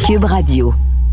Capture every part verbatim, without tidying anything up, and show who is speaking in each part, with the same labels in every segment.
Speaker 1: Cube Radio.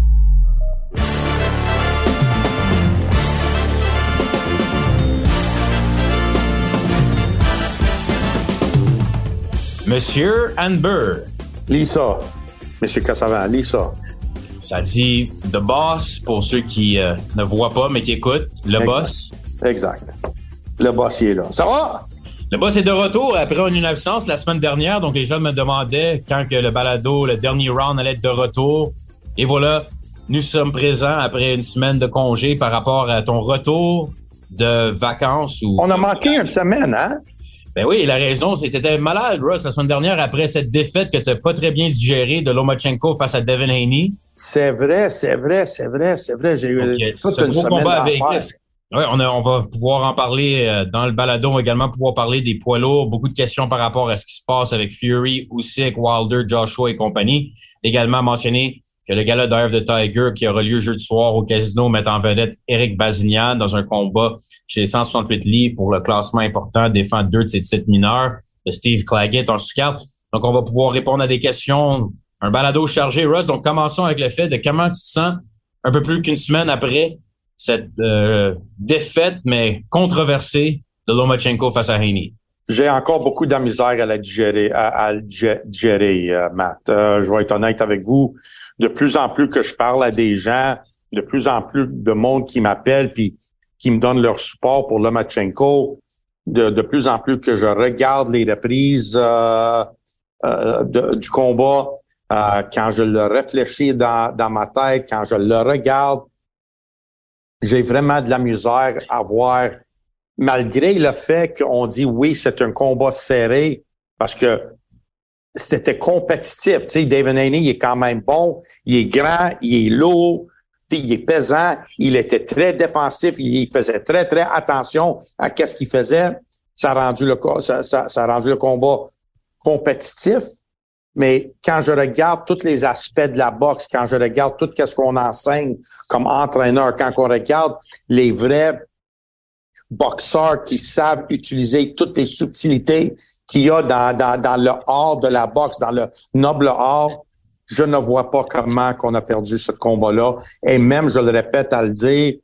Speaker 2: Monsieur Amber.
Speaker 3: Lis ça, Monsieur Casavant, lis ça.
Speaker 2: Ça dit The Boss, pour ceux qui euh, ne voient pas, mais qui écoutent. Le
Speaker 3: exact.
Speaker 2: Boss.
Speaker 3: Exact. Le Boss, il est là. Ça va?
Speaker 2: Le Boss est de retour après une absence la semaine dernière. Donc, les gens me demandaient quand que le balado, le dernier round allait être de retour. Et voilà, nous sommes présents après une semaine de congé par rapport à ton retour de vacances. Où...
Speaker 3: On a manqué une semaine, hein?
Speaker 2: Ben oui, la raison, c'est que t'étais malade, Russ, la semaine dernière, après cette défaite que t'as pas très bien digérée de Lomachenko face à Devin Haney.
Speaker 3: C'est vrai, c'est vrai, c'est vrai, c'est vrai. J'ai eu
Speaker 2: okay.
Speaker 3: toute
Speaker 2: Ce
Speaker 3: une
Speaker 2: gros
Speaker 3: semaine
Speaker 2: combat à
Speaker 3: d'affaires.
Speaker 2: Vegas. Oui, on, a, on va pouvoir en parler euh, dans le balado. On va également pouvoir parler des poids lourds. Beaucoup de questions par rapport à ce qui se passe avec Fury, Usyk, Wilder, Joshua et compagnie. Également mentionné que le gala d'Eye of the Tiger qui aura lieu jeudi soir au casino met en vedette Eric Bazignan dans un combat chez les cent soixante-huit livres pour le classement important, défend deux de ses titres mineurs, de Steve Claggett en sous-carte. Donc, on va pouvoir répondre à des questions. Un balado chargé, Russ. Donc, commençons avec le fait de comment tu te sens un peu plus qu'une semaine après cette euh, défaite, mais controversée de Lomachenko face à Haney.
Speaker 3: J'ai encore beaucoup de misère à la digérer, à, à digérer, euh, Matt. Euh, je vais être honnête avec vous. De plus en plus que je parle à des gens, de plus en plus de monde qui m'appelle puis qui me donne leur support pour Lomachenko, de, de plus en plus que je regarde les reprises euh, euh, de, du combat, euh, quand je le réfléchis dans, dans ma tête, quand je le regarde, j'ai vraiment de la misère à voir, malgré le fait qu'on dit oui, c'est un combat serré, parce que c'était compétitif. Tu sais, Devin Haney, il est quand même bon, il est grand, il est lourd, tu sais, il est pesant, il était très défensif, il faisait très, très attention à qu'est-ce qu'il faisait. Ça a rendu le, ça, ça, ça a rendu le combat compétitif. Mais quand je regarde tous les aspects de la boxe, quand je regarde tout ce qu'on enseigne comme entraîneur, quand on regarde les vrais boxeurs qui savent utiliser toutes les subtilités qu'il y a dans, dans, dans le art de la boxe, dans le noble art, je ne vois pas comment qu'on a perdu ce combat-là. Et même, je le répète à le dire,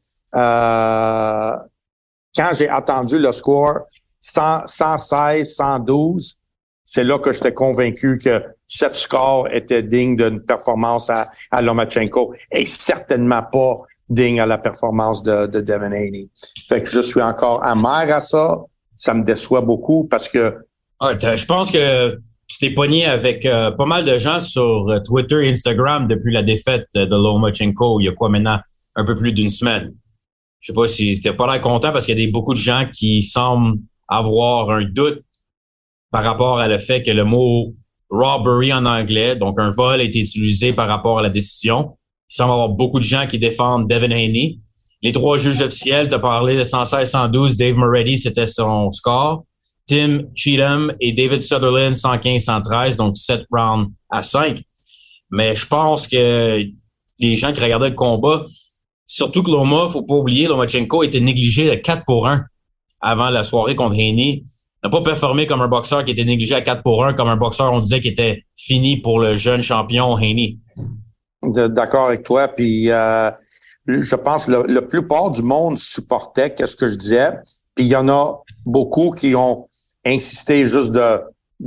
Speaker 3: euh, quand j'ai attendu le score cent, cent seize, cent douze, c'est là que j'étais convaincu que ce score était digne d'une performance à, à Lomachenko et certainement pas digne à la performance de, de Devin Haney. Fait que je suis encore amer à ça. Ça me déçoit beaucoup parce que...
Speaker 2: Ah, je pense que tu t'es pogné avec euh, pas mal de gens sur euh, Twitter et Instagram depuis la défaite de Lomachenko il y a quoi maintenant? Un peu plus d'une semaine. Je sais pas si t'es pas l'air content parce qu'il y a des, beaucoup de gens qui semblent avoir un doute par rapport à le fait que le mot robbery en anglais, donc un vol, a été utilisé par rapport à la décision. Il semble y avoir beaucoup de gens qui défendent Devin Haney. Les trois juges officiels, tu as parlé de cent seize cent douze, Dave Moretti, c'était son score. Tim Cheatham et David Sutherland, cent quinze cent treize, donc sept rounds à cinq. Mais je pense que les gens qui regardaient le combat, surtout que Loma, faut pas oublier, Lomachenko était négligé de quatre pour un avant la soirée contre Haney. N'a pas performé comme un boxeur qui était négligé à quatre pour un, comme un boxeur, on disait, qui était fini pour le jeune champion Haney.
Speaker 3: D'accord avec toi. Puis euh, je pense que le, le plupart du monde supportait qu'est-ce que je disais. Puis il y en a beaucoup qui ont insisté juste de,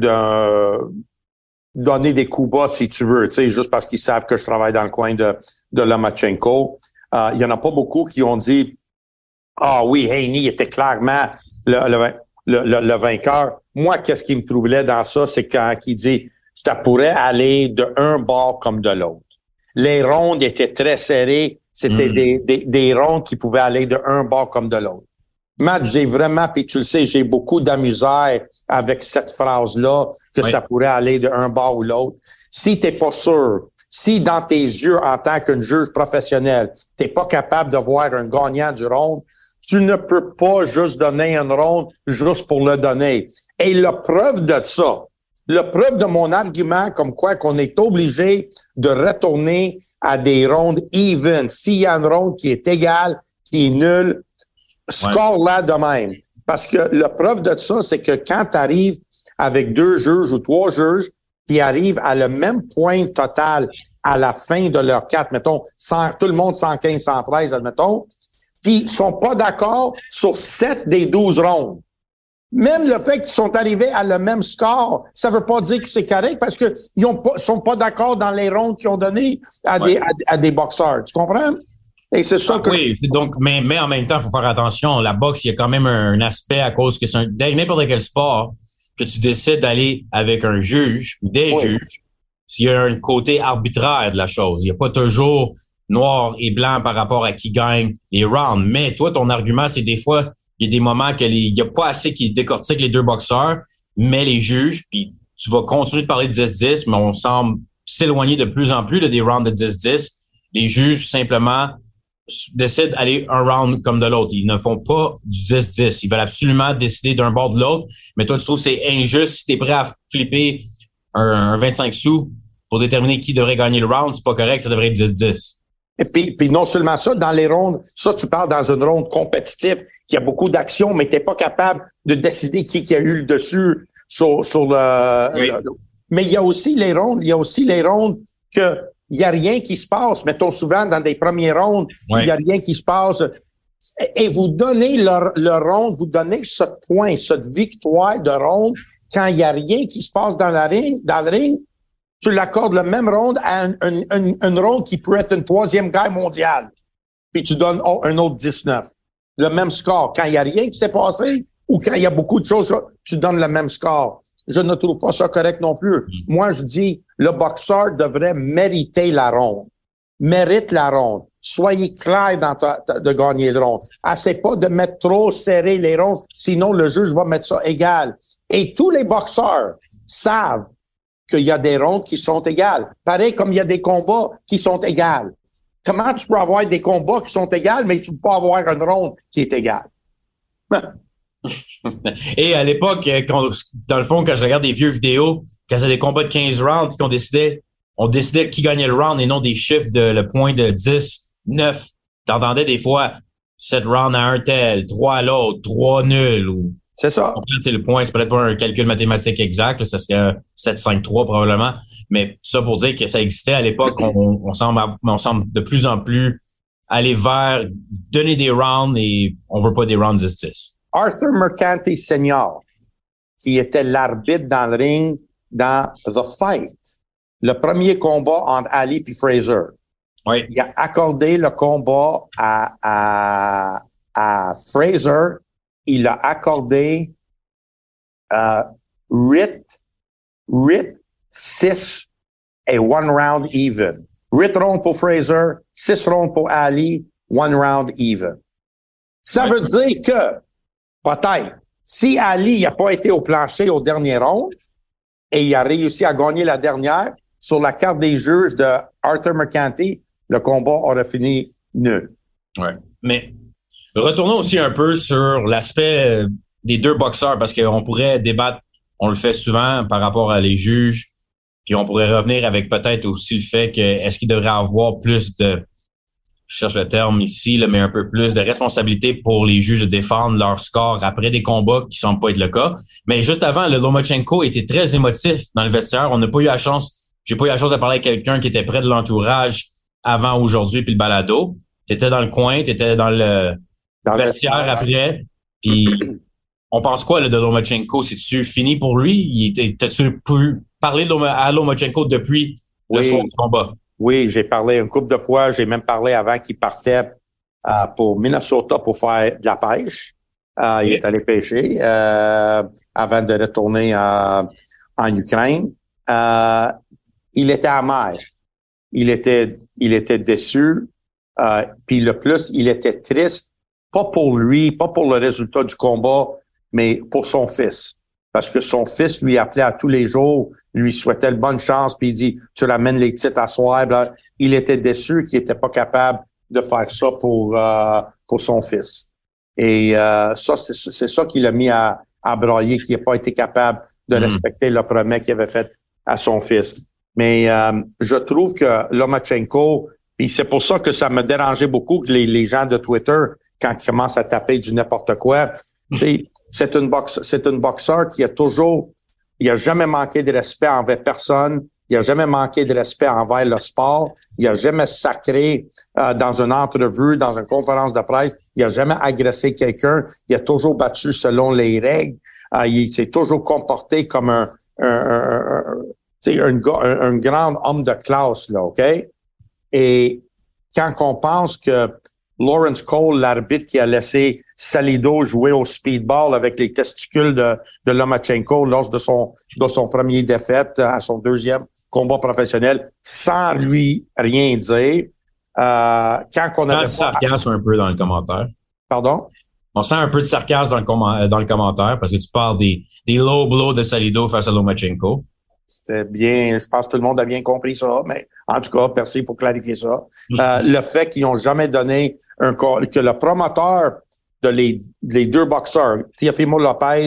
Speaker 3: de donner des coups bas, si tu veux, tu sais, juste parce qu'ils savent que je travaille dans le coin de, de Lomachenko. Euh, il y en a pas beaucoup qui ont dit « Ah oui, Haney était clairement le, le Le, le, le vainqueur. » Moi, qu'est-ce qui me troublait dans ça, c'est quand il dit ça pourrait aller de un bord comme de l'autre. Les rondes étaient très serrées. C'était mmh. des, des, des rondes qui pouvaient aller de un bord comme de l'autre. Matt, j'ai vraiment, puis tu le sais, j'ai beaucoup d'amusère avec cette phrase-là, que oui. ça pourrait aller de un bord ou l'autre. Si t'es pas sûr, si dans tes yeux, en tant qu'un juge professionnel, t'es pas capable de voir un gagnant du round, tu ne peux pas juste donner une ronde juste pour le donner. Et la preuve de ça, la preuve de mon argument comme quoi qu'on est obligé de retourner à des rondes even. S'il y a une ronde qui est égale, qui est nulle, score ouais. là de même. Parce que la preuve de ça, c'est que quand tu arrives avec deux juges ou trois juges qui arrivent à le même point total à la fin de leur quatre, mettons, cent, tout le monde cent quinze, cent treize, admettons, puis sont pas d'accord sur sept des douze rondes. Même le fait qu'ils sont arrivés à le même score, ça veut pas dire que c'est correct parce que ils ont pas, sont pas d'accord dans les rondes qu'ils ont données à
Speaker 2: ouais.
Speaker 3: des, à, à des boxeurs. Tu comprends? Et c'est ça
Speaker 2: ah,
Speaker 3: que...
Speaker 2: Oui, c'est donc, mais, mais en même temps, il faut faire attention. La boxe, il y a quand même un, un aspect à cause que c'est un, dans n'importe quel sport, que tu décides d'aller avec un juge ou des
Speaker 3: oui.
Speaker 2: juges, s'il y a un côté arbitraire de la chose. Il n'y a pas toujours noir et blanc par rapport à qui gagne les rounds. Mais toi, ton argument, c'est des fois, il y a des moments qu'il n'y a pas assez qui décortiquent les deux boxeurs, mais les juges, puis tu vas continuer de parler de dix dix, mais on semble s'éloigner de plus en plus de des rounds de dix dix. Les juges, simplement, décident d'aller un round comme de l'autre. Ils ne font pas du dix dix. Ils veulent absolument décider d'un bord de l'autre. Mais toi, tu trouves que c'est injuste si tu es prêt à flipper un, un vingt-cinq sous pour déterminer qui devrait gagner le round. C'est pas correct, ça devrait être dix dix.
Speaker 3: Et puis, puis non seulement ça, dans les rondes, ça, tu parles dans une ronde compétitive, qui a beaucoup d'actions, mais tu n'es pas capable de décider qui, qui a eu le dessus sur, sur le,
Speaker 2: oui.
Speaker 3: le... Mais il y a aussi les rondes, il y a aussi les rondes que il n'y a rien qui se passe. Mettons souvent dans des premières rondes, il ouais. n'y a rien qui se passe. Et vous donnez le, le ronde, vous donnez ce point, cette victoire de ronde, quand il n'y a rien qui se passe dans, la ring, dans le ring, tu l'accordes le même ronde à une, une, une, une ronde qui peut être une troisième guerre mondiale. Puis tu donnes oh, un autre dix-neuf. Le même score. Quand il n'y a rien qui s'est passé ou quand il y a beaucoup de choses, tu donnes le même score. Je ne trouve pas ça correct non plus. Moi, je dis, le boxeur devrait mériter la ronde. Mérite la ronde. Soyez clair dans ta, ta, de gagner le ronde. Assez pas de mettre trop serré les rondes, sinon le juge va mettre ça égal. Et tous les boxeurs savent qu'il y a des rondes qui sont égales. Pareil comme il y a des combats qui sont égales. Comment tu peux avoir des combats qui sont égales, mais tu ne peux pas avoir une ronde qui est égale?
Speaker 2: Et à l'époque, quand, dans le fond, quand je regarde des vieux vidéos, quand c'était des combats de quinze rounds, qu'on décidait, on décidait qui gagnait le round et non des chiffres de le point de dix, neuf. T'entendais des fois sept rounds à un tel, trois à l'autre, trois nuls ou.
Speaker 3: C'est ça.
Speaker 2: C'est le point, c'est peut-être pas un calcul mathématique exact, là, ça serait sept cinq trois probablement. Mais ça pour dire que ça existait à l'époque, on, on semble, on semble de plus en plus aller vers donner des rounds et on veut pas des rounds dix dix.
Speaker 3: Arthur Mercante Senior, qui était l'arbitre dans le ring dans The Fight, le premier combat entre Ali et Fraser.
Speaker 2: Oui.
Speaker 3: Il a accordé le combat à, à, à Fraser. Il a accordé euh, writ, writ six et one round even. Writ round pour Fraser, six rounds pour Ali, one round even. Ça oui. veut dire que peut-être, si Ali n'a pas été au plancher au dernier round et il a réussi à gagner la dernière, sur la carte des juges de Arthur Mercante, le combat aurait fini nul.
Speaker 2: Oui, mais retournons aussi un peu sur l'aspect des deux boxeurs parce qu'on pourrait débattre, on le fait souvent par rapport à les juges, puis on pourrait revenir avec peut-être aussi le fait que est-ce qu'il devrait avoir plus de, je cherche le terme ici, là, mais un peu plus de responsabilité pour les juges de défendre leur score après des combats qui semblent pas être le cas. Mais juste avant, le Lomachenko était très émotif dans le vestiaire. On n'a pas eu la chance, j'ai pas eu la chance de parler avec quelqu'un qui était près de l'entourage avant aujourd'hui puis le balado. T'étais dans le coin, t'étais dans le dans vestiaire le après. Puis on pense quoi là, de Lomachenko? C'est-tu fini pour lui? Il était, t'as-tu pu parler de Loma, à Lomachenko depuis oui. le soir du combat?
Speaker 3: Oui, j'ai parlé une couple de fois. J'ai même parlé avant qu'il partait euh, pour Minnesota pour faire de la pêche. Euh, oui. Il est allé pêcher euh, avant de retourner euh, en Ukraine. Euh, il était amer. Il était, il était déçu. Euh, puis le plus, il était triste, pas pour lui, pas pour le résultat du combat, mais pour son fils. Parce que son fils lui appelait à tous les jours, lui souhaitait bonne chance, puis il dit, tu ramènes les titres à soir. Là. Il était déçu qu'il était pas capable de faire ça pour euh, pour son fils. Et euh, ça, c'est, c'est ça qui l'a mis à, à brailler, qu'il n'a pas été capable de mmh. respecter le promet qu'il avait fait à son fils. Mais euh, je trouve que Lomachenko, puis c'est pour ça que ça me dérangeait beaucoup que les, les gens de Twitter, quand ils commencent à taper du n'importe quoi, c'est, c'est une boxe, c'est une boxeur qui a toujours il a jamais manqué de respect envers personne. Il a jamais manqué de respect envers le sport. Il a jamais sacré euh, dans une entrevue, dans une conférence de presse. Il a jamais agressé quelqu'un. Il a toujours battu selon les règles. Euh, il s'est toujours comporté comme un, un, un, un, un, un, un grand homme de classe, là, OK? Et quand on pense que Lawrence Cole, l'arbitre qui a laissé Salido jouer au speedball avec les testicules de, de Lomachenko lors de son, de son premier défaite à son deuxième combat professionnel, sans lui rien dire. Euh, quand on avait...
Speaker 2: On sent du sarcasme un peu dans le commentaire.
Speaker 3: Pardon?
Speaker 2: On sent un peu de sarcasme dans le, com- dans le commentaire parce que tu parles des, des low blows de Salido face à Lomachenko.
Speaker 3: C'était bien, je pense que tout le monde a bien compris ça, mais en tout cas, merci pour clarifier ça. Euh, le fait qu'ils n'ont jamais donné un que le promoteur de les, les deux boxeurs, Teofimo Lopez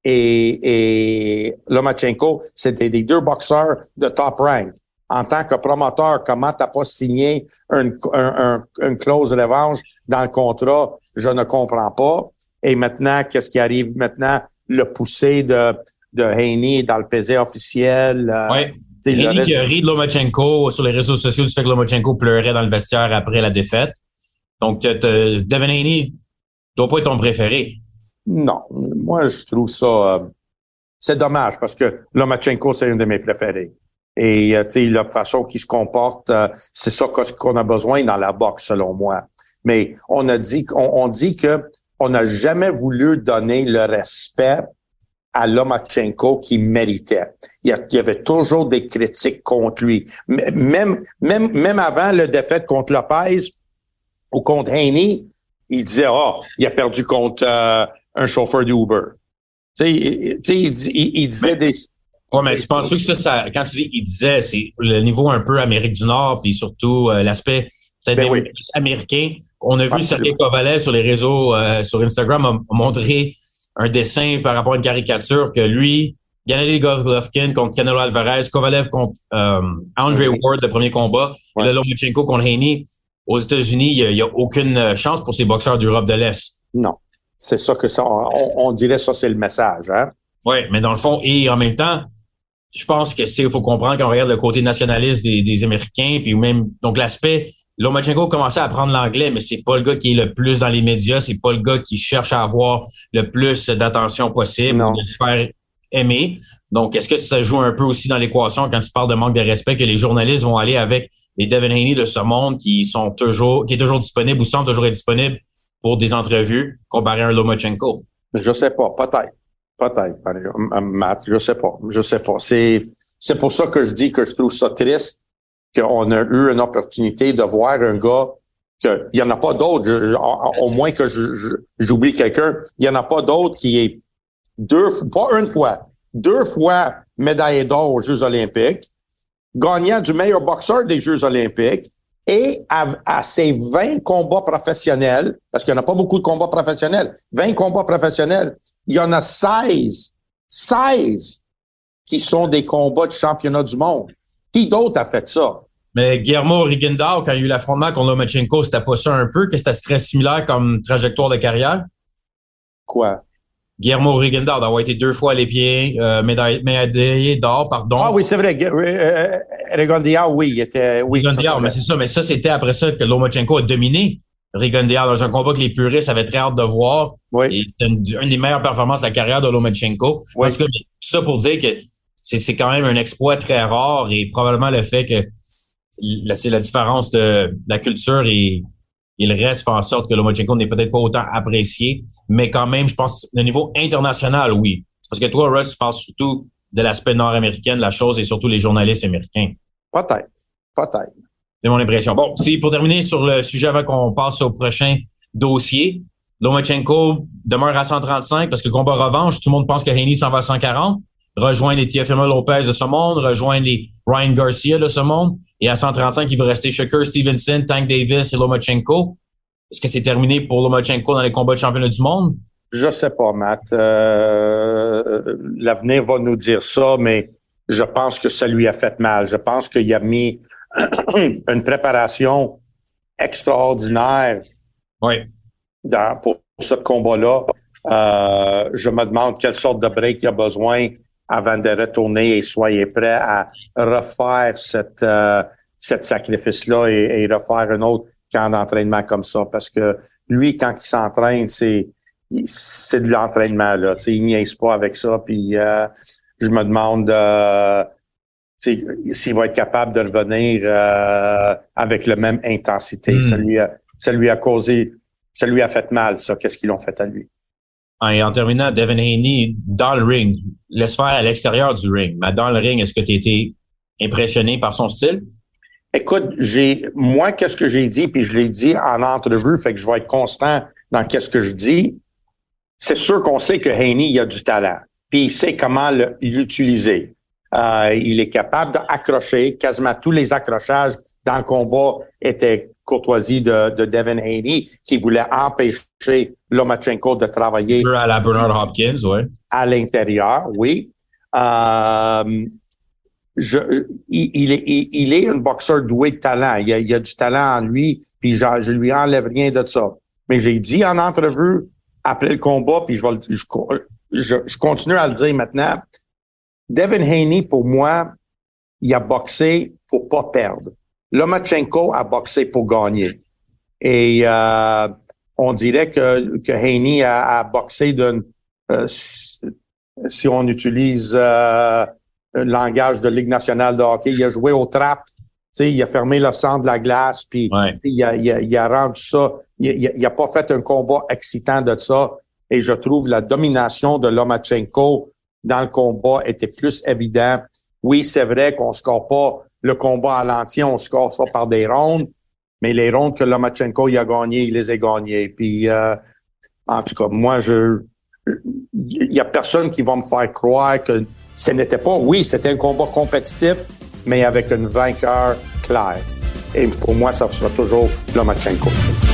Speaker 3: et, et Lomachenko, c'était des deux boxeurs de top rank. En tant que promoteur, comment t'as pas signé un, un, un, une clause de revanche dans le contrat? Je ne comprends pas. Et maintenant, qu'est-ce qui arrive maintenant? Le poussé de de Haney dans le P Z officiel. Euh,
Speaker 2: oui. Haney
Speaker 3: reste...
Speaker 2: qui a ri de Lomachenko sur les réseaux sociaux du fait que Lomachenko pleurait dans le vestiaire après la défaite. Donc, Devin Haney doit pas être ton préféré.
Speaker 3: Non. Moi, je trouve ça... Euh, c'est dommage parce que Lomachenko, c'est un de mes préférés. Et, euh, tu sais, la façon qu'il se comporte, euh, c'est ça qu'on a besoin dans la boxe, selon moi. Mais on a dit, on, on dit que on n'a jamais voulu donner le respect à Lomachenko qui méritait. Il y avait toujours des critiques contre lui. Même, même, même avant le défaite contre Lopez ou contre Haney, il disait, ah, oh, il a perdu contre euh, un chauffeur d'Uber. Tu sais, il, il, il disait
Speaker 2: mais,
Speaker 3: des...
Speaker 2: Ouais, mais tu penses que ça, ça, quand tu dis il disait, c'est le niveau un peu Amérique du Nord, puis surtout euh, l'aspect peut-être
Speaker 3: ben
Speaker 2: même
Speaker 3: oui.
Speaker 2: américain. On a vu
Speaker 3: Absolument.
Speaker 2: Sergei Kovalev sur les réseaux, euh, sur Instagram, a, a montré un dessin par rapport à une caricature que lui, Gennady Golovkin contre Canelo Alvarez, Kovalev contre euh, Andre
Speaker 3: oui.
Speaker 2: Ward, le premier combat, ouais. Et là, Lomachenko contre Haney. Aux États-Unis, il n'y a, a aucune chance pour ces boxeurs d'Europe de l'Est.
Speaker 3: Non. C'est ça que ça, on, on dirait ça, c'est le message, hein?
Speaker 2: Oui, mais dans le fond, et en même temps, je pense que c'est, il faut comprendre quand on regarde le côté nationaliste des, des Américains, puis même, donc l'aspect, Lomachenko commençait à apprendre l'anglais, mais c'est pas le gars qui est le plus dans les médias, c'est pas le gars qui cherche à avoir le plus d'attention possible, ou de se faire aimer. Donc, est-ce que ça joue un peu aussi dans l'équation quand tu parles de manque de respect que les journalistes vont aller avec les Devin Haney de ce monde qui sont toujours, qui est toujours disponible ou semble toujours être disponible pour des entrevues comparé à un Lomachenko?
Speaker 3: Je sais pas, peut-être. Peut-être, Matt, je sais pas. Je sais pas. C'est, c'est pour ça que je dis que je trouve ça triste qu'on a eu une opportunité de voir un gars que, il y en a pas d'autres, je, au moins que je, je, j'oublie quelqu'un, il y en a pas d'autre qui est deux, pas une fois, deux fois médaillé d'or aux Jeux olympiques, gagnant du meilleur boxeur des Jeux olympiques, et à, à ses vingt combats professionnels, parce qu'il n'y en a pas beaucoup de combats professionnels, vingt combats professionnels, il y en a seize, seize qui sont des combats de championnat du monde. Qui d'autre a fait ça?
Speaker 2: Mais Guillermo Rigondeaux, quand il y a eu l'affrontement contre Lomachenko, c'était pas ça un peu, que c'était très similaire comme trajectoire de carrière?
Speaker 3: Quoi?
Speaker 2: Guillermo Rigondeaux d'avoir été deux fois à l'épied, euh, médaillé, médaillé d'or, pardon.
Speaker 3: Ah oui, c'est vrai. Euh, Rigondeaux, oui, il était... Oui,
Speaker 2: Rigondeaux, mais c'est ça. Mais ça, c'était après ça que Lomachenko a dominé Rigondeaux dans un combat que les puristes avaient très hâte de voir.
Speaker 3: Oui.
Speaker 2: Et c'était une, une des meilleures performances de la carrière de Lomachenko.
Speaker 3: Oui.
Speaker 2: Parce que tout ça pour dire que c'est, c'est quand même un exploit très rare et probablement le fait que la, c'est la différence de la culture et, et le reste fait en sorte que Lomachenko n'est peut-être pas autant apprécié. Mais quand même, je pense, au niveau international, oui. Parce que toi, Russ, tu parles surtout de l'aspect nord-américain de la chose et surtout les journalistes américains.
Speaker 3: Peut-être. Peut-être.
Speaker 2: C'est mon impression. Bon, c'est pour terminer sur le sujet avant qu'on passe au prochain dossier. Lomachenko demeure à cent trente-cinq parce que combat revanche, tout le monde pense que Haney s'en va à cent quarante. Rejoindre les Teofimo Lopez de ce monde, rejoindre les Ryan Garcia de ce monde. Et à cent trente-cinq, il va rester Shakur Stevenson, Tank Davis et Lomachenko. Est-ce que c'est terminé pour Lomachenko dans les combats de championnat du monde?
Speaker 3: Je sais pas, Matt. Euh, l'avenir va nous dire ça, mais je pense que ça lui a fait mal. Je pense qu'il a mis une préparation extraordinaire
Speaker 2: oui.
Speaker 3: dans, pour ce combat-là. Euh, je me demande quelle sorte de break il a besoin avant de retourner et soyez prêts à refaire cette, euh, cette sacrifice-là et, et refaire un autre camp d'entraînement comme ça. Parce que lui, quand il s'entraîne, c'est, c'est de l'entraînement, là. Tu sais, il niaise pas avec ça. Puis, euh, je me demande, euh, tu sais, s'il va être capable de revenir, euh, avec la même intensité. Mm. Ça lui a, ça lui a causé, ça lui a fait mal, ça. Qu'est-ce qu'ils l'ont fait à lui?
Speaker 2: Et en terminant, Devin Haney, dans le ring, laisse faire à l'extérieur du ring. Mais dans le ring, est-ce que tu as été impressionné par son style?
Speaker 3: Écoute, j'ai, moi, qu'est-ce que j'ai dit, puis je l'ai dit en entrevue, fait que je vais être constant dans qu'est-ce que je dis. C'est sûr qu'on sait que Haney, il a du talent, puis il sait comment le, l'utiliser. Euh, il est capable d'accrocher. Quasiment tous les accrochages dans le combat étaient courtoisie de, de Devin Haney, qui voulait empêcher Lomachenko de travailler.
Speaker 2: À la Bernard Hopkins, oui.
Speaker 3: À l'intérieur, oui. Euh, je, il, il, est, il, il est un boxeur doué de talent. Il a, il a du talent en lui, puis je, je lui enlève rien de ça. Mais j'ai dit en entrevue, après le combat, puis je, vais, je, je, je continue à le dire maintenant, Devin Haney, pour moi, il a boxé pour pas perdre. Lomachenko a boxé pour gagner. Et euh, on dirait que, que Haney a, a boxé d'une... Euh, si, si on utilise euh, le langage de Ligue nationale de hockey, il a joué au trap. Tu sais, il a fermé le centre de la glace, puis ouais. il, a, il, a, il a rendu ça... Il, il a pas fait un combat excitant de ça. Et je trouve la domination de Lomachenko dans le combat était plus évident. Oui, c'est vrai qu'on score pas le combat à l'entier, on score ça par des rondes, mais les rondes que Lomachenko il a gagnées, il les a gagnées. Puis, euh, en tout cas, moi, je, il y a personne qui va me faire croire que ce n'était pas, oui, c'était un combat compétitif, mais avec un vainqueur clair. Et pour moi, ça sera toujours Lomachenko.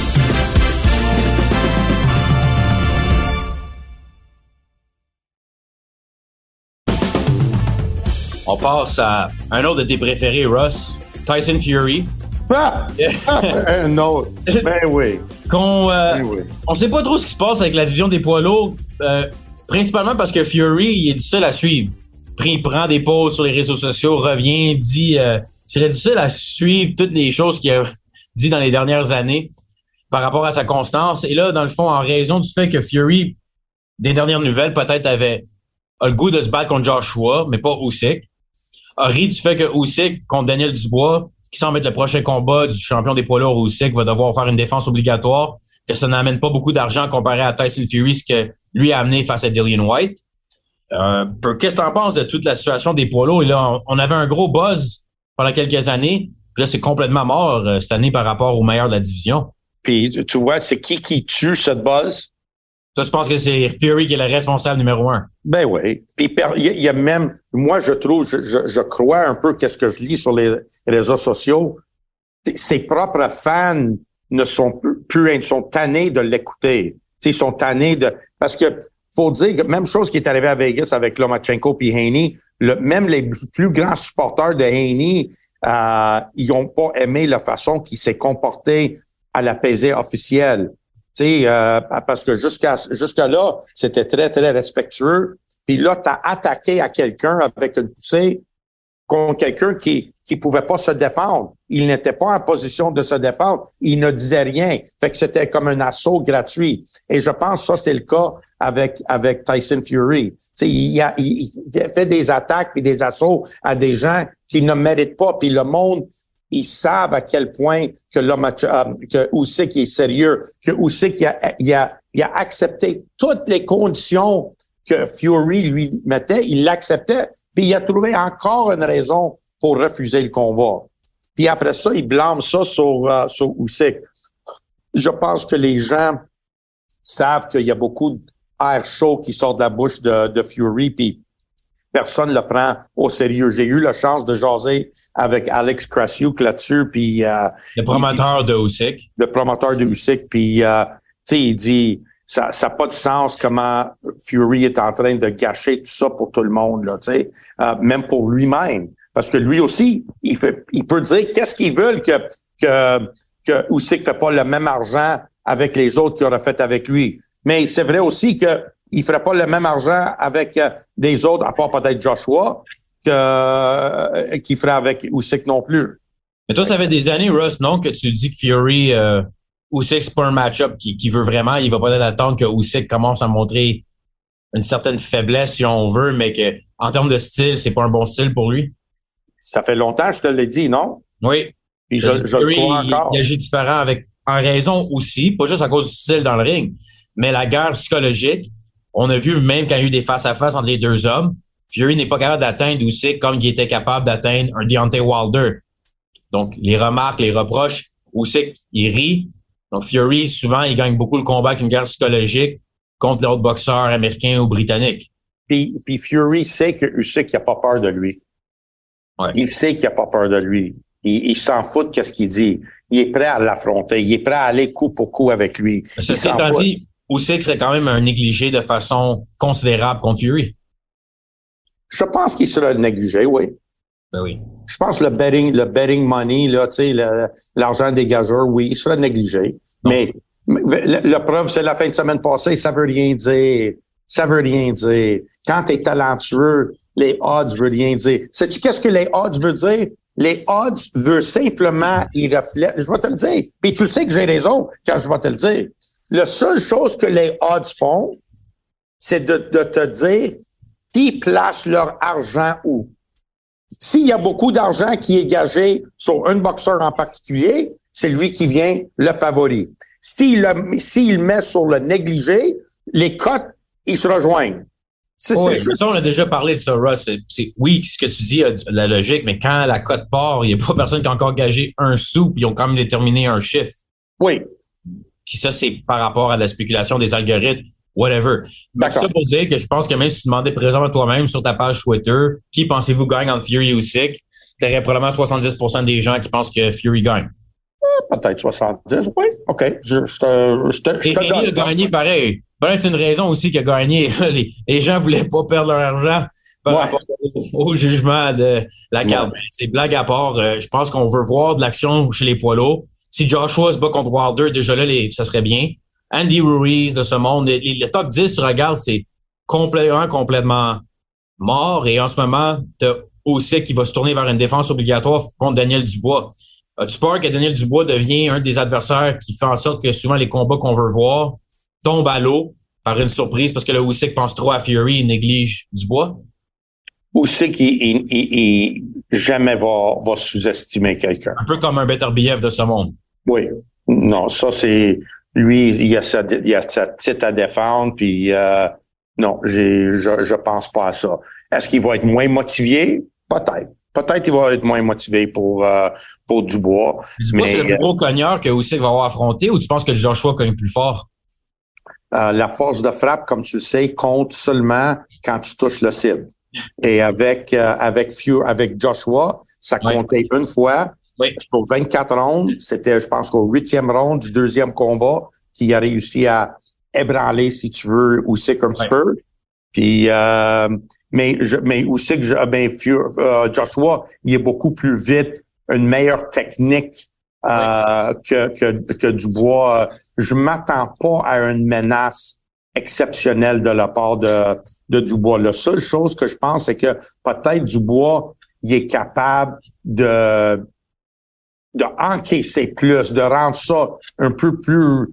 Speaker 2: On passe à un autre de tes préférés, Russ, Tyson Fury.
Speaker 3: Ah! Un autre. Ben oui.
Speaker 2: Qu'on, euh,
Speaker 3: ben oui.
Speaker 2: On sait pas trop ce qui se passe avec la division des poids lourds, euh, principalement parce que Fury, il est difficile à suivre. Il prend des pauses sur les réseaux sociaux, revient, dit... Euh, c'est difficile à suivre toutes les choses qu'il a dit dans les dernières années par rapport à sa constance. Et là, dans le fond, en raison du fait que Fury, des dernières nouvelles, peut-être avait a le goût de se battre contre Joshua, mais pas Usyk. A ri du fait que Usyk contre Daniel Dubois, qui semble être le prochain combat du champion des poids lourds, Usyk va devoir faire une défense obligatoire, que ça n'amène pas beaucoup d'argent comparé à Tyson Fury, ce que lui a amené face à Dillian Whyte. Euh, qu'est-ce que t'en penses de toute la situation des poids lourds? Et là, on, on avait un gros buzz pendant quelques années, puis là, c'est complètement mort euh, cette année par rapport aux meilleurs de la division.
Speaker 3: Puis, tu vois, c'est qui qui tue cette buzz?
Speaker 2: Toi, tu penses que c'est Fury qui est le responsable numéro un?
Speaker 3: Ben oui. Puis il y, y a même, moi je trouve, je, je, je crois un peu qu'est-ce que je lis sur les réseaux sociaux. Ses propres fans ne sont plus, ils sont tannés de l'écouter. T'sais, ils sont tannés de, parce que faut dire que même chose qui est arrivé à Vegas avec Lomachenko puis Haney, le, même les plus grands supporters de Haney, euh, ils n'ont pas aimé la façon qu'il s'est comporté à la pesée officielle. Tu sais, euh, parce que jusqu'à jusqu'à là, c'était très, très respectueux. Puis là, tu as attaqué à quelqu'un avec une poussée contre quelqu'un qui qui pouvait pas se défendre. Il n'était pas en position de se défendre. Il ne disait rien. Fait que c'était comme un assaut gratuit. Et je pense que ça, c'est le cas avec avec Tyson Fury. Tu sais, il, a, il, il fait des attaques et des assauts à des gens qui ne méritent pas. Puis le monde... Ils savent à quel point que l'homme, euh, que Usyk est sérieux, que Usyk il a, il a, il a accepté toutes les conditions que Fury lui mettait, il l'acceptait, puis il a trouvé encore une raison pour refuser le combat. Puis après ça, il blâme ça sur, euh, sur Usyk. Je pense que les gens savent qu'il y a beaucoup d'air chaud qui sort de la bouche de, de Fury, puis personne ne le prend au sérieux. J'ai eu la chance de jaser avec Alex Krasiuk là-dessus, puis euh,
Speaker 2: le promoteur
Speaker 3: dit,
Speaker 2: de Usyk.
Speaker 3: Le promoteur de Usyk, puis euh, tu sais, il dit ça, ça n'a pas de sens comment Fury est en train de gâcher tout ça pour tout le monde là, tu sais, euh, même pour lui-même, parce que lui aussi, il fait, il peut dire qu'est-ce qu'ils veulent que que que Usyk fait pas le même argent avec les autres qu'il aurait fait avec lui. Mais c'est vrai aussi que il ferait pas le même argent avec euh, des autres, à part peut-être Joshua, que, euh, qu'il ferait avec Usyk non plus.
Speaker 2: Mais toi, ça fait des années, Russ, non, que tu dis que Fury, euh, Usyk, c'est pas un match-up qui, qui veut vraiment. Il va peut-être attendre que Usyk commence à montrer une certaine faiblesse, si on veut, mais que en termes de style, c'est pas un bon style pour lui.
Speaker 3: Ça fait longtemps, je te l'ai dit, non?
Speaker 2: Oui.
Speaker 3: Puis je, je
Speaker 2: Fury,
Speaker 3: le crois
Speaker 2: il,
Speaker 3: encore.
Speaker 2: il agit différent avec, en raison aussi, pas juste à cause du style dans le ring, mais la guerre psychologique. On a vu même quand il y a eu des face-à-face entre les deux hommes, Fury n'est pas capable d'atteindre Usyk comme il était capable d'atteindre un Deontay Wilder. Donc, les remarques, les reproches, Usyk, il rit. Donc, Fury, souvent, il gagne beaucoup le combat avec une guerre psychologique contre l'autre boxeur américain ou britannique.
Speaker 3: Puis, puis Fury sait que Usyk n'a pas peur de lui.
Speaker 2: Ouais.
Speaker 3: Il sait qu'il n'a pas peur de lui. Il, il s'en fout de qu'est-ce qu'il dit. Il est prêt à l'affronter. Il est prêt à aller coup pour coup avec lui.
Speaker 2: Ceci étant dit, Usyk serait quand même un négligé de façon considérable contre Fury.
Speaker 3: Je pense qu'il sera négligé, oui.
Speaker 2: Ben oui.
Speaker 3: Je pense que le betting, le betting money, là, tu sais, le, l'argent dégageur, oui, il sera négligé. Non. Mais la, la preuve, c'est la fin de semaine passée, ça veut rien dire. Ça veut rien dire. Quand tu es talentueux, les odds veulent rien dire. Sais-tu qu'est-ce que les odds veulent dire? Les odds veulent simplement, ils reflètent, je vais te le dire. Puis tu sais que j'ai raison quand je vais te le dire. La seule chose que les odds font, c'est de, de te dire qui place leur argent où. S'il y a beaucoup d'argent qui est gagé sur un boxeur en particulier, c'est lui qui vient le favori. S'il le, s'il met sur le négligé, les cotes, ils se rejoignent.
Speaker 2: C'est, oui, c'est juste... ça, on a déjà parlé de ça, Russ. C'est, c'est, oui, ce que tu dis a la logique, mais quand la cote part, il n'y a pas personne qui a encore gagé un sou, puis ils ont quand même déterminé un chiffre.
Speaker 3: Oui.
Speaker 2: Puis ça, c'est par rapport à la spéculation des algorithmes, whatever. Mais tout ça pour dire que je pense que même si tu demandais présentement toi-même sur ta page Twitter, qui pensez-vous gagne entre Fury et Usyk, tu aurais probablement soixante-dix pour cent des gens qui pensent que Fury gagne.
Speaker 3: Euh, peut-être soixante-dix, oui. OK. Je, je te, je te, je te
Speaker 2: et Kenny a gagné pareil. Peut-être c'est une raison aussi qu'il a gagné. Les, les gens voulaient pas perdre leur argent par ouais. rapport au, au jugement de la carte. Ouais. C'est blague à part. Euh, je pense qu'on veut voir de l'action chez les poids lourds. Si Joshua se bat contre Wilder, déjà là, les, ça serait bien. Andy Ruiz de ce monde, les, les, le top dix, tu regardes, c'est complètement, complètement mort. Et en ce moment, tu as aussi qui va se tourner vers une défense obligatoire contre Daniel Dubois. As-tu peur que Daniel Dubois devienne un des adversaires qui fait en sorte que souvent les combats qu'on veut voir tombent à l'eau par une surprise parce que le Usyk pense trop à Fury et néglige Dubois?
Speaker 3: Usyk, il, il, il, il jamais va, va sous-estimer quelqu'un.
Speaker 2: Un peu comme un Beterbiev de ce monde.
Speaker 3: Oui. Non, ça, c'est... Lui, il a sa, il a sa titre à défendre, puis euh, non, j'ai, je, je pense pas à ça. Est-ce qu'il va être moins motivé? Peut-être. Peut-être qu'il va être moins motivé pour, euh, pour Dubois.
Speaker 2: Dubois, mais, c'est le plus gros cogneur que Usyk va avoir affronté, ou tu penses que Joshua cogne plus fort?
Speaker 3: Euh, la force de frappe, comme tu le sais, compte seulement quand tu touches le cible. Et avec, euh, avec, Few, avec Joshua, ça comptait oui. une fois.
Speaker 2: Oui.
Speaker 3: Pour vingt-quatre rounds, c'était, je pense, qu'au huitième round du deuxième combat, qu'il a réussi à ébranler, si tu veux, Usyk un petit oui. peu. Puis, euh, mais, je, mais Usyk, ben, euh, Joshua, il est beaucoup plus vite, une meilleure technique euh, oui. que, que, que Dubois. Je m'attends pas à une menace exceptionnelle de la part de, de Dubois. La seule chose que je pense, c'est que peut-être Dubois, il est capable de de encaisser plus, de rendre ça un peu plus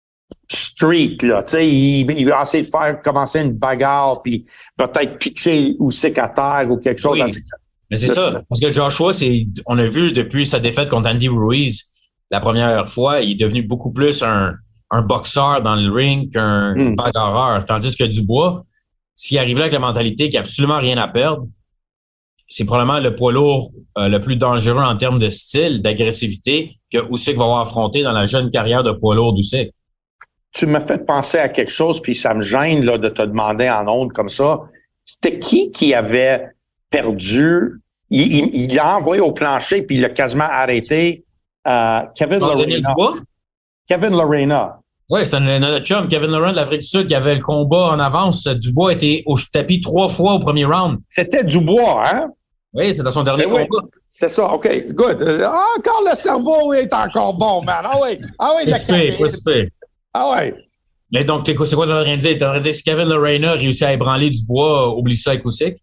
Speaker 3: street, là. Tu sais, il, il va essayer de faire commencer une bagarre, puis peut-être pitcher Usyk à terre ou quelque chose.
Speaker 2: Oui, assez... mais c'est de... ça. Parce que Joshua, c'est, on a vu depuis sa défaite contre Andy Ruiz, la première fois, il est devenu beaucoup plus un, un boxeur dans le ring qu'un mm. bagarreur. Tandis que Dubois, s'il arrive là avec la mentalité qu'il n'a absolument rien à perdre, c'est probablement le poids lourd euh, le plus dangereux en termes de style, d'agressivité que Usyk va avoir affronté dans la jeune carrière de poids lourd d'Usyk.
Speaker 3: Tu m'as fait penser à quelque chose, puis ça me gêne là, de te demander en ondes comme ça. C'était qui qui avait perdu? Il, il, il l'a envoyé au plancher, puis il l'a quasiment arrêté. Euh, Kevin Lorena. Kevin Lorena.
Speaker 2: Oui, c'est notre chum, Kevin Lorena de l'Afrique du Sud, qui avait le combat en avance. Dubois était au tapis trois fois au premier round.
Speaker 3: C'était Dubois, hein?
Speaker 2: Oui, c'est dans son dernier
Speaker 3: oui,
Speaker 2: combat.
Speaker 3: C'est ça, OK, good. Ah, encore le cerveau est encore bon, man. Ah oui, ah oui,
Speaker 2: la carrière.
Speaker 3: Ah oui.
Speaker 2: Mais donc, c'est quoi tu es en train de dire? Tu es en train de dire que si Kevin Lerena réussit à ébranler Dubois, oublie ça avec Usyk?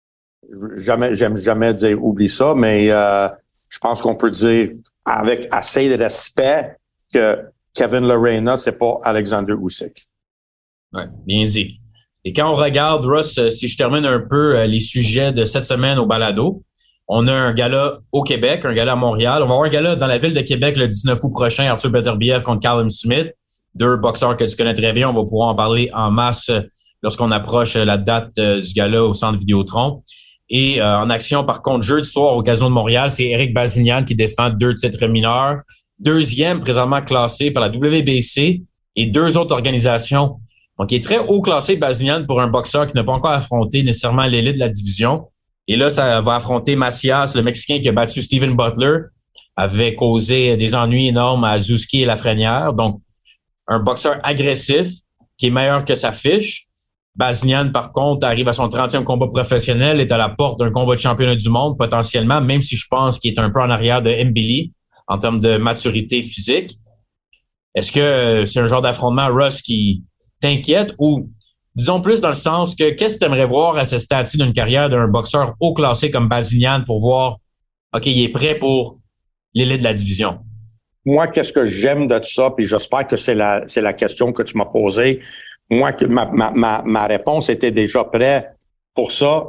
Speaker 3: Jamais, j'aime jamais dire oublie ça, mais euh, je pense qu'on peut dire avec assez de respect que Kevin Lerena, c'est pas Alexander Usyk.
Speaker 2: Ouais, bien dit. Et quand on regarde, Russ, si je termine un peu les sujets de cette semaine au balado, on a un gala au Québec, un gala à Montréal. On va avoir un gala dans la ville de Québec le dix-neuf août prochain, Arthur Beterbiev contre Callum Smith. Deux boxeurs que tu connais très bien. On va pouvoir en parler en masse lorsqu'on approche la date du gala au Centre Vidéotron. Et euh, en action, par contre, jeudi soir au Casino de Montréal, c'est Eric Bazignan qui défend deux titres mineurs. Deuxième, présentement classé par la W B C et deux autres organisations. Donc, il est très haut classé, Bazignan, pour un boxeur qui n'a pas encore affronté nécessairement l'élite de la division. Et là, ça va affronter Macias, le Mexicain qui a battu Steven Butler, avait causé des ennuis énormes à Zouski et Lafrenière. Donc, un boxeur agressif qui est meilleur que sa fiche. Bazignan, par contre, arrive à son trentième combat professionnel, est à la porte d'un combat de championnat du monde, potentiellement, même si je pense qu'il est un peu en arrière de Mbili en termes de maturité physique. Est-ce que c'est un genre d'affrontement, Russ, qui t'inquiète ou, disons plus dans le sens que qu'est-ce que tu aimerais voir à ce stade-ci d'une carrière d'un boxeur haut classé comme Bazignan pour voir, OK, il est prêt pour l'élite de la division?
Speaker 3: Moi, qu'est-ce que j'aime de ça, puis j'espère que c'est la, c'est la question que tu m'as posée. Moi, ma, ma, ma, ma réponse était déjà prête pour ça.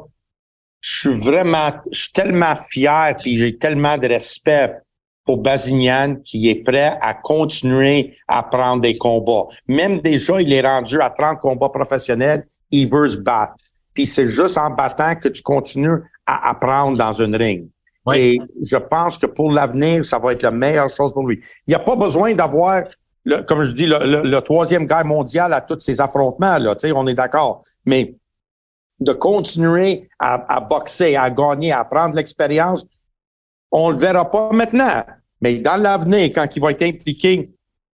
Speaker 3: Je suis vraiment, je suis tellement fier puis j'ai tellement de respect pour Bazignan qui est prêt à continuer à prendre des combats. Même déjà, il est rendu à trente combats professionnels, il veut se battre. Puis c'est juste en battant que tu continues à apprendre dans une ring. Oui. Et je pense que pour l'avenir, ça va être la meilleure chose pour lui. Il n'y a pas besoin d'avoir Le, comme je dis, le, le, le troisième guerre mondiale à tous ces affrontements, là, tu sais, on est d'accord. Mais de continuer à, à boxer, à gagner, à prendre l'expérience, on le verra pas maintenant. Mais dans l'avenir, quand il va être impliqué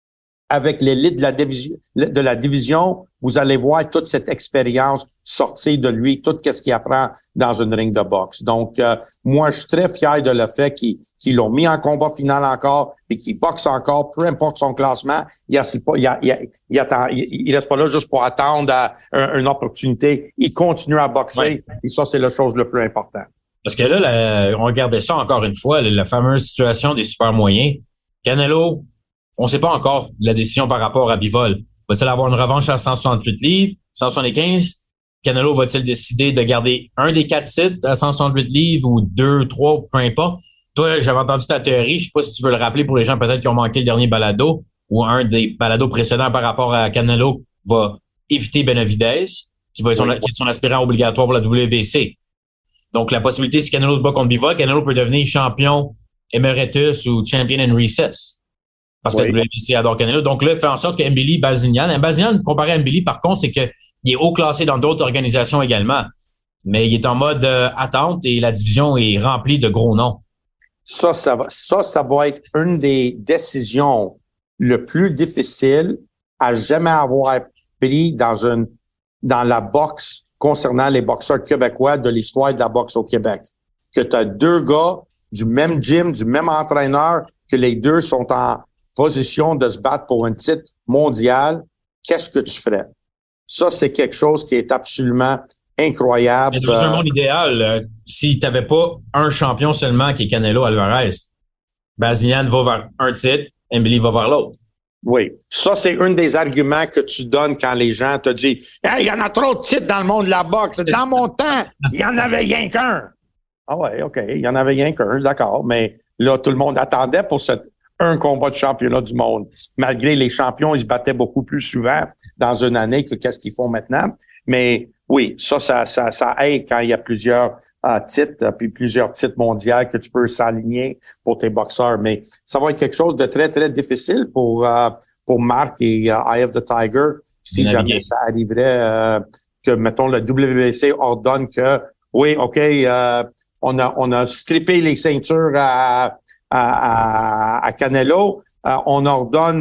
Speaker 3: avec l'élite de la division, de la division, vous allez voir toute cette expérience sortir de lui, tout ce qu'il apprend dans une ring de boxe. Donc, euh, moi, je suis très fier de le fait qu'ils, qu'ils l'ont mis en combat final encore et qu'il boxe encore, peu importe son classement. Il ne il, il, il, attend, il, il reste pas là juste pour attendre à, à, une opportunité. Il continue à boxer ouais. Et ça, c'est la chose le plus importante.
Speaker 2: Parce que là, la, on regardait ça encore une fois, la, la fameuse situation des super moyens. Canelo, on ne sait pas encore la décision par rapport à Bivol. Va-t-il avoir une revanche à cent soixante-huit livres, cent soixante-quinze? Canelo va-t-il décider de garder un des quatre titres à cent soixante-huit livres ou deux, trois, peu importe? Toi, j'avais entendu ta théorie. Je sais pas si tu veux le rappeler pour les gens peut-être qui ont manqué le dernier balado ou un des balados précédents par rapport à Canelo va éviter Benavidez, qui va être son, qui est son aspirant obligatoire pour la W B C. Donc, la possibilité, si Canelo se bat contre Bivol, Canelo peut devenir champion emeritus ou champion in recess. Parce oui. que la W B C adore Canelo. Donc là, il fait en sorte que Mbili, Bazignan, Bazignan, comparé à Mbili, par contre, c'est qu'il est haut classé dans d'autres organisations également. Mais il est en mode euh, attente et la division est remplie de gros noms.
Speaker 3: Ça, ça va, ça, ça va être une des décisions le plus difficiles à jamais avoir pris dans une, dans la boxe concernant les boxeurs québécois de l'histoire de la boxe au Québec. Que tu as deux gars du même gym, du même entraîneur, que les deux sont en position de se battre pour un titre mondial, qu'est-ce que tu ferais? Ça, c'est quelque chose qui est absolument incroyable.
Speaker 2: Mais dans un monde idéal, euh, si tu n'avais pas un champion seulement qui est Canelo Alvarez, Bazignan va vers un titre, Mbili va vers l'autre.
Speaker 3: Oui. Ça, c'est un des arguments que tu donnes quand les gens te disent « Hey, il y en a trop de titres dans le monde de la boxe. Dans mon temps, il y en avait rien qu'un. » Ah ouais, OK, il y en avait rien qu'un, d'accord. Mais là, tout le monde attendait pour cette un combat de championnat du monde. Malgré les champions, ils se battaient beaucoup plus souvent dans une année que qu'est-ce qu'ils font maintenant. Mais oui, ça, ça, ça, ça aide quand il y a plusieurs euh, titres, puis plusieurs titres mondiaux que tu peux s'aligner pour tes boxeurs. Mais ça va être quelque chose de très, très difficile pour euh, pour Marc et euh, Eye of the Tiger. Si Bien jamais ça arriverait euh, que, mettons, le W B C ordonne que, oui, OK, euh, on a on a strippé les ceintures à À, à, à Canelo, euh, on ordonne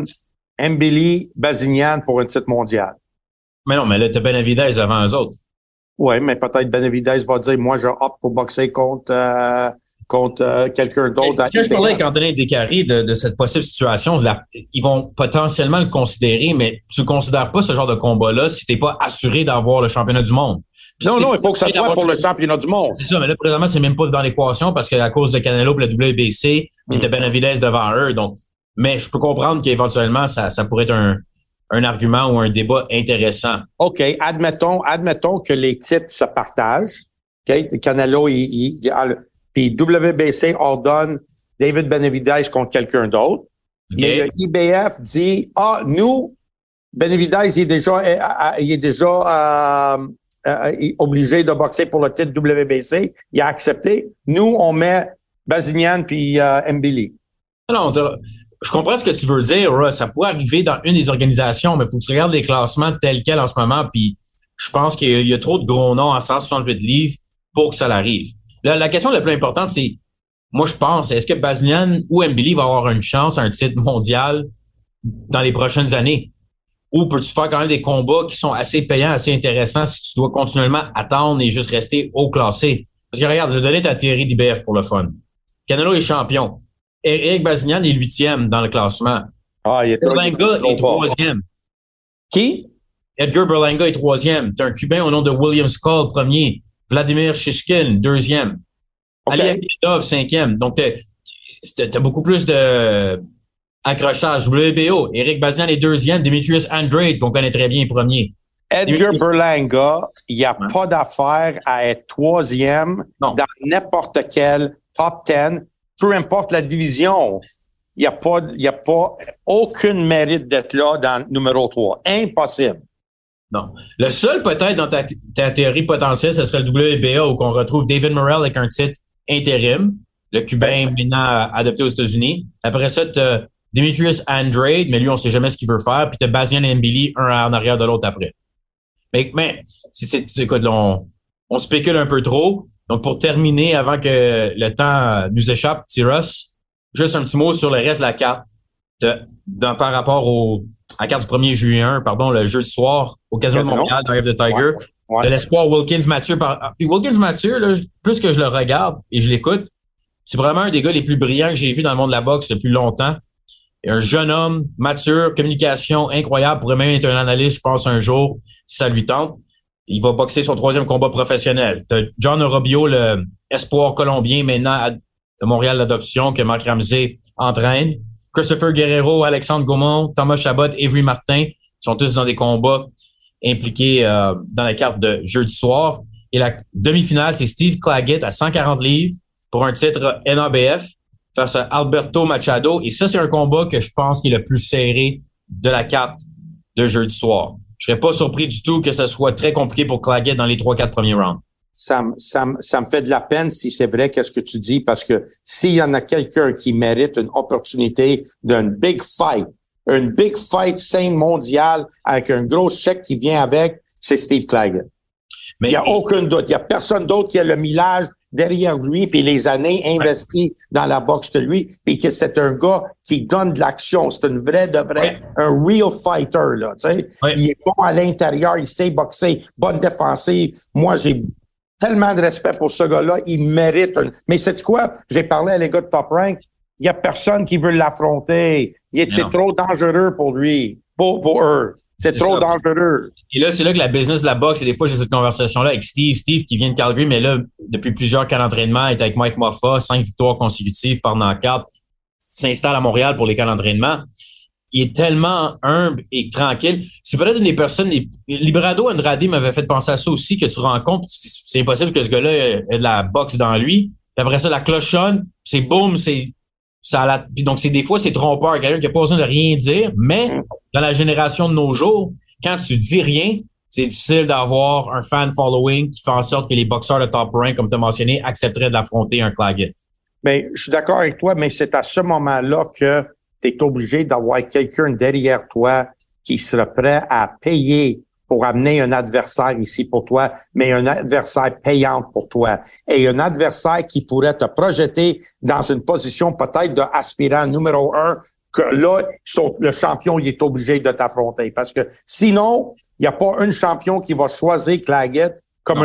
Speaker 3: Mbili, Bazignan pour un titre mondial.
Speaker 2: Mais non, mais là, t'as Benavidez avant eux autres.
Speaker 3: Oui, mais peut-être Benavidez va dire, moi, je opte pour boxer contre euh, contre euh, quelqu'un d'autre.
Speaker 2: Quand je parlais avec Anthony Descaries de, de cette possible situation, de la, ils vont potentiellement le considérer, mais tu ne considères pas ce genre de combat-là si tu n'es pas assuré d'avoir le championnat du monde. Puis
Speaker 3: non,
Speaker 2: si
Speaker 3: non, il faut que ça soit pour le championnat du monde.
Speaker 2: C'est ça, mais là, présentement, c'est même pas dans l'équation parce qu'à cause de Canelo et la W B C, mm. puis t'as Benavidez devant eux. Donc, mais je peux comprendre qu'éventuellement, ça, ça pourrait être un, un argument ou un débat intéressant.
Speaker 3: OK, admettons, admettons que les titres se partagent. OK, Canelo, il, il, il, puis W B C ordonne David Benavidez contre quelqu'un d'autre. Okay. Mais le I B F dit, ah, nous, Benavidez, il est déjà, il est déjà, euh, Euh, obligé de boxer pour le titre W B C, il a accepté. Nous, on met Bazinian puis euh, Mbili.
Speaker 2: Non, je comprends ce que tu veux dire, Russ. Ça pourrait arriver dans une des organisations, mais il faut que tu regardes les classements tels quels en ce moment, puis je pense qu'il y a, il y a trop de gros noms à cent soixante-huit livres pour que ça l'arrive. Là, la question la plus importante, c'est, moi, je pense, est-ce que Bazinian ou Mbili va avoir une chance à un titre mondial dans les prochaines années? Ou peux-tu faire quand même des combats qui sont assez payants, assez intéressants si tu dois continuellement attendre et juste rester haut classé? Parce que regarde, je vais donner ta théorie d'I B F pour le fun. Canelo est champion. Eric Bazinian est huitième dans le classement.
Speaker 3: Ah, il est
Speaker 2: Berlanga est troisième.
Speaker 3: Qui?
Speaker 2: Edgar Berlanga est troisième. T'as un Cubain au nom de William Skull, premier. Vladimir Shishkin, deuxième. Okay. Ali Akhmedov, cinquième. Donc, t'as, t'as beaucoup plus de... accrochage. W B O, Eric Bazinian est deuxième, Demetrius Andrade, qu'on connaît très bien, premier.
Speaker 3: Edgar Demetrius... Berlanga, il n'y a ouais. pas d'affaire à être troisième non. dans n'importe quel top dix, peu importe la division. Il n'y a pas, il y a pas aucun mérite d'être là dans le numéro trois. Impossible.
Speaker 2: Non. Le seul peut-être dans ta, ta théorie potentielle, ce serait le W B A où on retrouve David Morrell avec un titre intérim, le Cubain maintenant adopté aux États-Unis. Après ça, tu as Demetrius Andrade, mais lui, on ne sait jamais ce qu'il veut faire. Puis tu as Bazinian et Mbili, un en arrière de l'autre après. Mais, mais c'est, c'est, écoute, là, on, on spécule un peu trop. Donc, pour terminer, avant que le temps nous échappe, T-Russ, juste un petit mot sur le reste de la carte. De, dans, par rapport au, à la carte du premier juin, pardon, le jeudi soir, au Casino de Montréal, dans F the Tiger. Ouais, ouais. De l'espoir Wilkins-Mathieu. Par, puis Wilkins-Mathieu, là, plus que je le regarde et je l'écoute, c'est vraiment un des gars les plus brillants que j'ai vu dans le monde de la boxe depuis longtemps. Un jeune homme, mature, communication incroyable, pourrait même être un analyste, je pense, un jour, si ça lui tente. Il va boxer son troisième combat professionnel. T'as John Orobio, le espoir colombien, maintenant de Montréal d'adoption, que Marc Ramsey entraîne. Christopher Guerrero, Alexandre Gaumont, Thomas Chabot, Avery Martin sont tous dans des combats impliqués euh, dans la carte de jeudi soir. Et la demi-finale, c'est Steve Claggett à cent quarante livres pour un titre N A B F. Face à Alberto Machado. Et ça, c'est un combat que je pense qui est le plus serré de la carte de jeudi soir. Je serais pas surpris du tout que ce soit très compliqué pour Claggett dans les trois quatre premiers rounds.
Speaker 3: Ça, ça, ça me fait de la peine si c'est vrai qu'est-ce que tu dis, parce que s'il y en a quelqu'un qui mérite une opportunité d'un big fight, une big fight scène mondiale avec un gros chèque qui vient avec, c'est Steve Claggett. Mais il n'y a aucun doute. Il n'y a personne d'autre qui a le millage derrière lui, puis les années investies ouais. dans la boxe de lui, puis que c'est un gars qui donne de l'action. C'est une vraie, de vrai, ouais. un real fighter, là, tu sais. Ouais. Il est bon à l'intérieur, il sait boxer, bonne défensive. Moi, j'ai tellement de respect pour ce gars-là, il mérite un... Mais sais-tu quoi? J'ai parlé à les gars de Top Rank, il y a personne qui veut l'affronter. Il est, c'est trop dangereux pour lui, pour, pour eux. C'est, c'est trop ça. dangereux.
Speaker 2: Et là, c'est là que la business de la boxe, et des fois, j'ai cette conversation-là avec Steve. Steve qui vient de Calgary, mais là, depuis plusieurs camps d'entraînement, est avec Mike Moffa, cinq victoires consécutives par knockout, s'installe à Montréal pour les camps d'entraînement. Il est tellement humble et tranquille. C'est peut-être une des personnes... Les... Librado Andrade m'avait fait penser à ça aussi, que tu rencontres. C'est impossible que ce gars-là ait de la boxe dans lui. Puis après ça, la cloche sonne, c'est boum, c'est... Ça la... Puis donc, c'est des fois, c'est trompeur. Quelqu'un qui n'a pas besoin de rien dire, mais dans la génération de nos jours, quand tu dis rien, c'est difficile d'avoir un fan following qui fait en sorte que les boxeurs de top rank, comme tu as mentionné, accepteraient d'affronter un Claggett.
Speaker 3: Mais je suis d'accord avec toi, mais c'est à ce moment-là que tu es obligé d'avoir quelqu'un derrière toi qui sera prêt à payer pour amener un adversaire ici pour toi, mais un adversaire payant pour toi. Et un adversaire qui pourrait te projeter dans une position peut-être d'aspirant numéro un, que là, le champion, il est obligé de t'affronter. Parce que sinon, il n'y a pas un champion qui va choisir Claggett comme non. une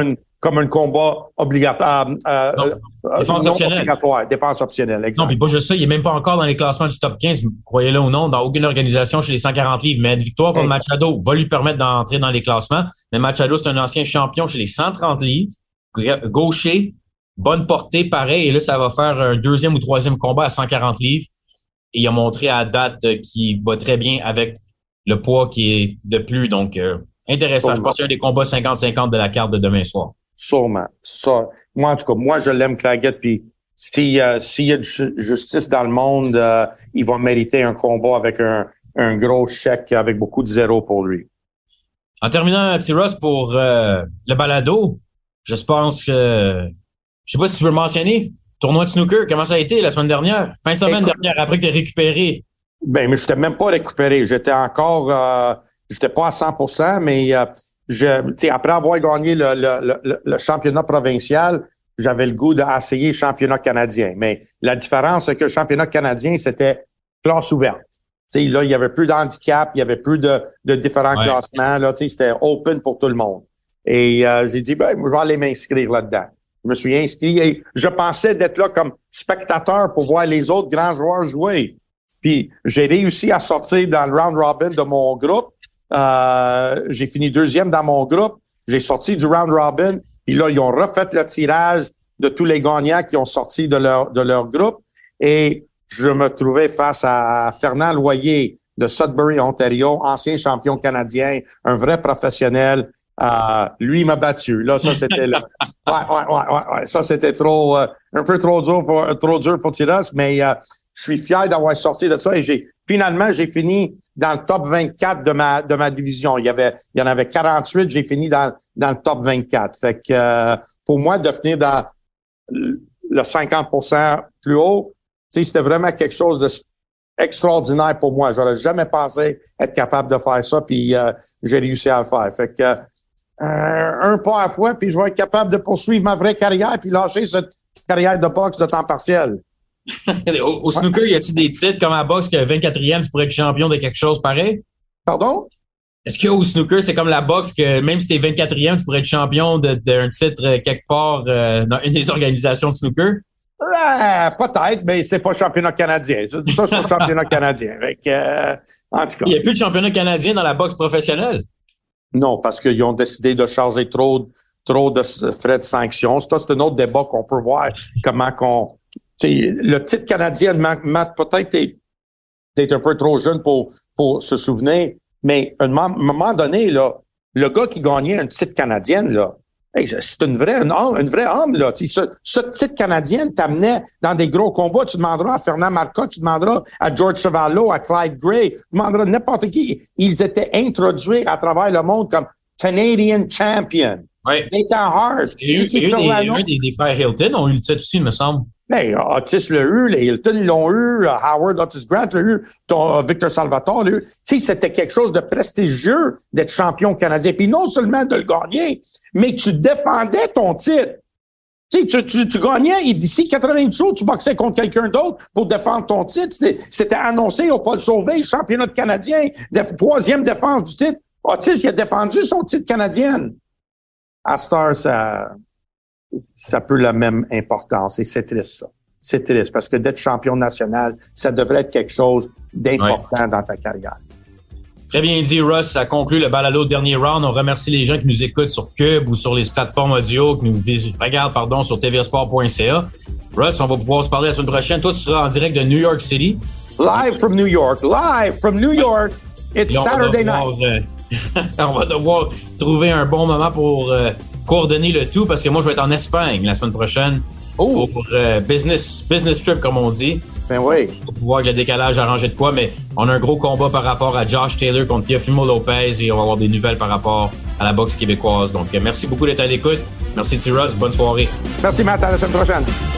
Speaker 3: comme un combat obligatoire. Euh,
Speaker 2: non,
Speaker 3: euh,
Speaker 2: défense
Speaker 3: non
Speaker 2: optionnelle.
Speaker 3: Obligatoire, défense optionnelle, exact.
Speaker 2: Non, puis pas juste ça, il est même pas encore dans les classements du top quinze, croyez-le ou non, dans aucune organisation chez les cent quarante livres. Mais une victoire contre hey. Machado va lui permettre d'entrer dans les classements. Mais Machado, c'est un ancien champion chez les cent trente livres, gaucher, bonne portée, pareil. Et là, ça va faire un deuxième ou troisième combat à cent quarante livres. Et il a montré à date qu'il va très bien avec le poids qui est de plus. Donc, euh, intéressant. Sûrement. Je pense qu'il y a un des combats cinquante cinquante de la carte de demain soir.
Speaker 3: Sûrement. Ça, moi, en tout cas, moi, je l'aime, Claggett, puis si, euh, s'il y a de justice dans le monde, euh, il va mériter un combat avec un, un gros chèque avec beaucoup de zéros pour lui.
Speaker 2: En terminant, T-Ross, pour euh, le balado, je pense que, je sais pas si tu veux le mentionner, tournoi de snooker, comment ça a été la semaine dernière? Fin de semaine Écoute, dernière, après que tu as récupéré.
Speaker 3: Ben, mais je n'étais même pas récupéré. J'étais encore, euh, j'étais pas à cent pour cent, mais euh, je, après avoir gagné le, le, le, le championnat provincial, j'avais le goût d'essayer le championnat canadien. Mais la différence, c'est que le championnat canadien, c'était classe ouverte. T'sais, là, il y avait plus d'handicap, il y avait plus de, de différents ouais. classements. Là, c'était open pour tout le monde. Et euh, j'ai dit, ben, je vais aller m'inscrire là-dedans. Je me suis inscrit et je pensais d'être là comme spectateur pour voir les autres grands joueurs jouer. Puis j'ai réussi à sortir dans le round robin de mon groupe. Euh, j'ai fini deuxième dans mon groupe. J'ai sorti du round robin. Puis là, ils ont refait le tirage de tous les gagnants qui ont sorti de leur de leur groupe. Et je me trouvais face à Fernand Loyer de Sudbury, Ontario, ancien champion canadien, un vrai professionnel. Euh, lui, il m'a battu. Là, ça, c'était là. Ouais, ouais, ouais, ouais, ouais. Ça, c'était trop, euh, un peu trop dur pour, trop dur pour T-Ross, mais euh, je suis fier d'avoir sorti de ça et j'ai, finalement, j'ai fini dans le top vingt-quatre de ma, de ma division. Il y avait, il y en avait quarante-huit, j'ai fini dans, dans le top vingt-quatre. Fait que, euh, pour moi, de finir dans le cinquante pour cent plus haut, tu sais, c'était vraiment quelque chose de extraordinaire pour moi. J'aurais jamais pensé être capable de faire ça, puis euh, j'ai réussi à le faire. Fait que, Euh, un pas à la fois, puis je vais être capable de poursuivre ma vraie carrière puis lâcher cette carrière de boxe de temps partiel.
Speaker 2: au, au snooker, y a-tu des titres comme à la boxe que vingt-quatrième, tu pourrais être champion de quelque chose pareil?
Speaker 3: Pardon?
Speaker 2: Est-ce qu'au snooker, c'est comme la boxe que même si t'es vingt-quatrième, tu pourrais être champion de, d'un titre quelque part euh, dans une des organisations de snooker?
Speaker 3: Euh, peut-être, mais c'est pas championnat canadien. Ça, ça c'est pas championnat canadien. Fait que, euh, en tout cas.
Speaker 2: Il n'y a plus de championnat canadien dans la boxe professionnelle?
Speaker 3: Non, parce qu'ils ont décidé de charger trop, trop de frais de sanction. Ça, c'est un autre débat qu'on peut voir. Comment qu'on, le titre canadien, Matt, peut-être t'es, t'es un peu trop jeune pour, pour se souvenir, mais à un moment donné, là, le gars qui gagnait un titre canadien, là, hey, c'est une vraie, une, une vraie âme, là. Ce, ce titre canadien t'amenait dans des gros combats. Tu demanderas à Fernand Marcotte, tu demanderas à George Chuvalo, à Clyde Gray, tu demanderas à n'importe qui. Ils étaient introduits à travers le monde comme Canadian Champion.
Speaker 2: Oui.
Speaker 3: Nathan Hart.
Speaker 2: Et eux, et eux, des, eux des, des frères Hilton ont eu le titre aussi, il me semble.
Speaker 3: Ben, Otis l'a eu, les Hilton, ils l'ont eu, Howard Otis Grant l'a eu, ton, Victor Salvatore l'a eu. Tu sais, c'était quelque chose de prestigieux d'être champion canadien. Puis non seulement de le gagner, mais tu défendais ton titre. Tu sais, tu, tu, tu gagnais, et d'ici quatre-vingts jours, tu boxais contre quelqu'un d'autre pour défendre ton titre. C'était, c'était annoncé au Paul Sauvé, championnat de canadien, de, troisième défense du titre. Otis, il a défendu son titre canadien. À Star, ça... ça peut la même importance et c'est triste ça. C'est triste parce que d'être champion national, ça devrait être quelque chose d'important ouais. dans ta carrière.
Speaker 2: Très bien dit, Russ. Ça conclut le balado dernier round. On remercie les gens qui nous écoutent sur Cube ou sur les plateformes audio, qui nous vis- regardent pardon, sur t v sport point c a. Russ, on va pouvoir se parler la semaine prochaine. Toi, tu seras en direct de New York City.
Speaker 3: Live from New York. Live from New York. It's là, Saturday
Speaker 2: devoir,
Speaker 3: night.
Speaker 2: Euh, on va devoir trouver un bon moment pour... Euh, coordonner le tout parce que moi je vais être en Espagne la semaine prochaine oh. pour euh, business business trip comme on dit.
Speaker 3: Ben oui.
Speaker 2: Pour pouvoir avec le décalage arranger de quoi, mais on a un gros combat par rapport à Josh Taylor contre Teofimo Lopez et on va avoir des nouvelles par rapport à la boxe québécoise. Donc euh, merci beaucoup d'être à l'écoute. Merci T-Ross, bonne soirée.
Speaker 3: Merci Matt, à la semaine prochaine.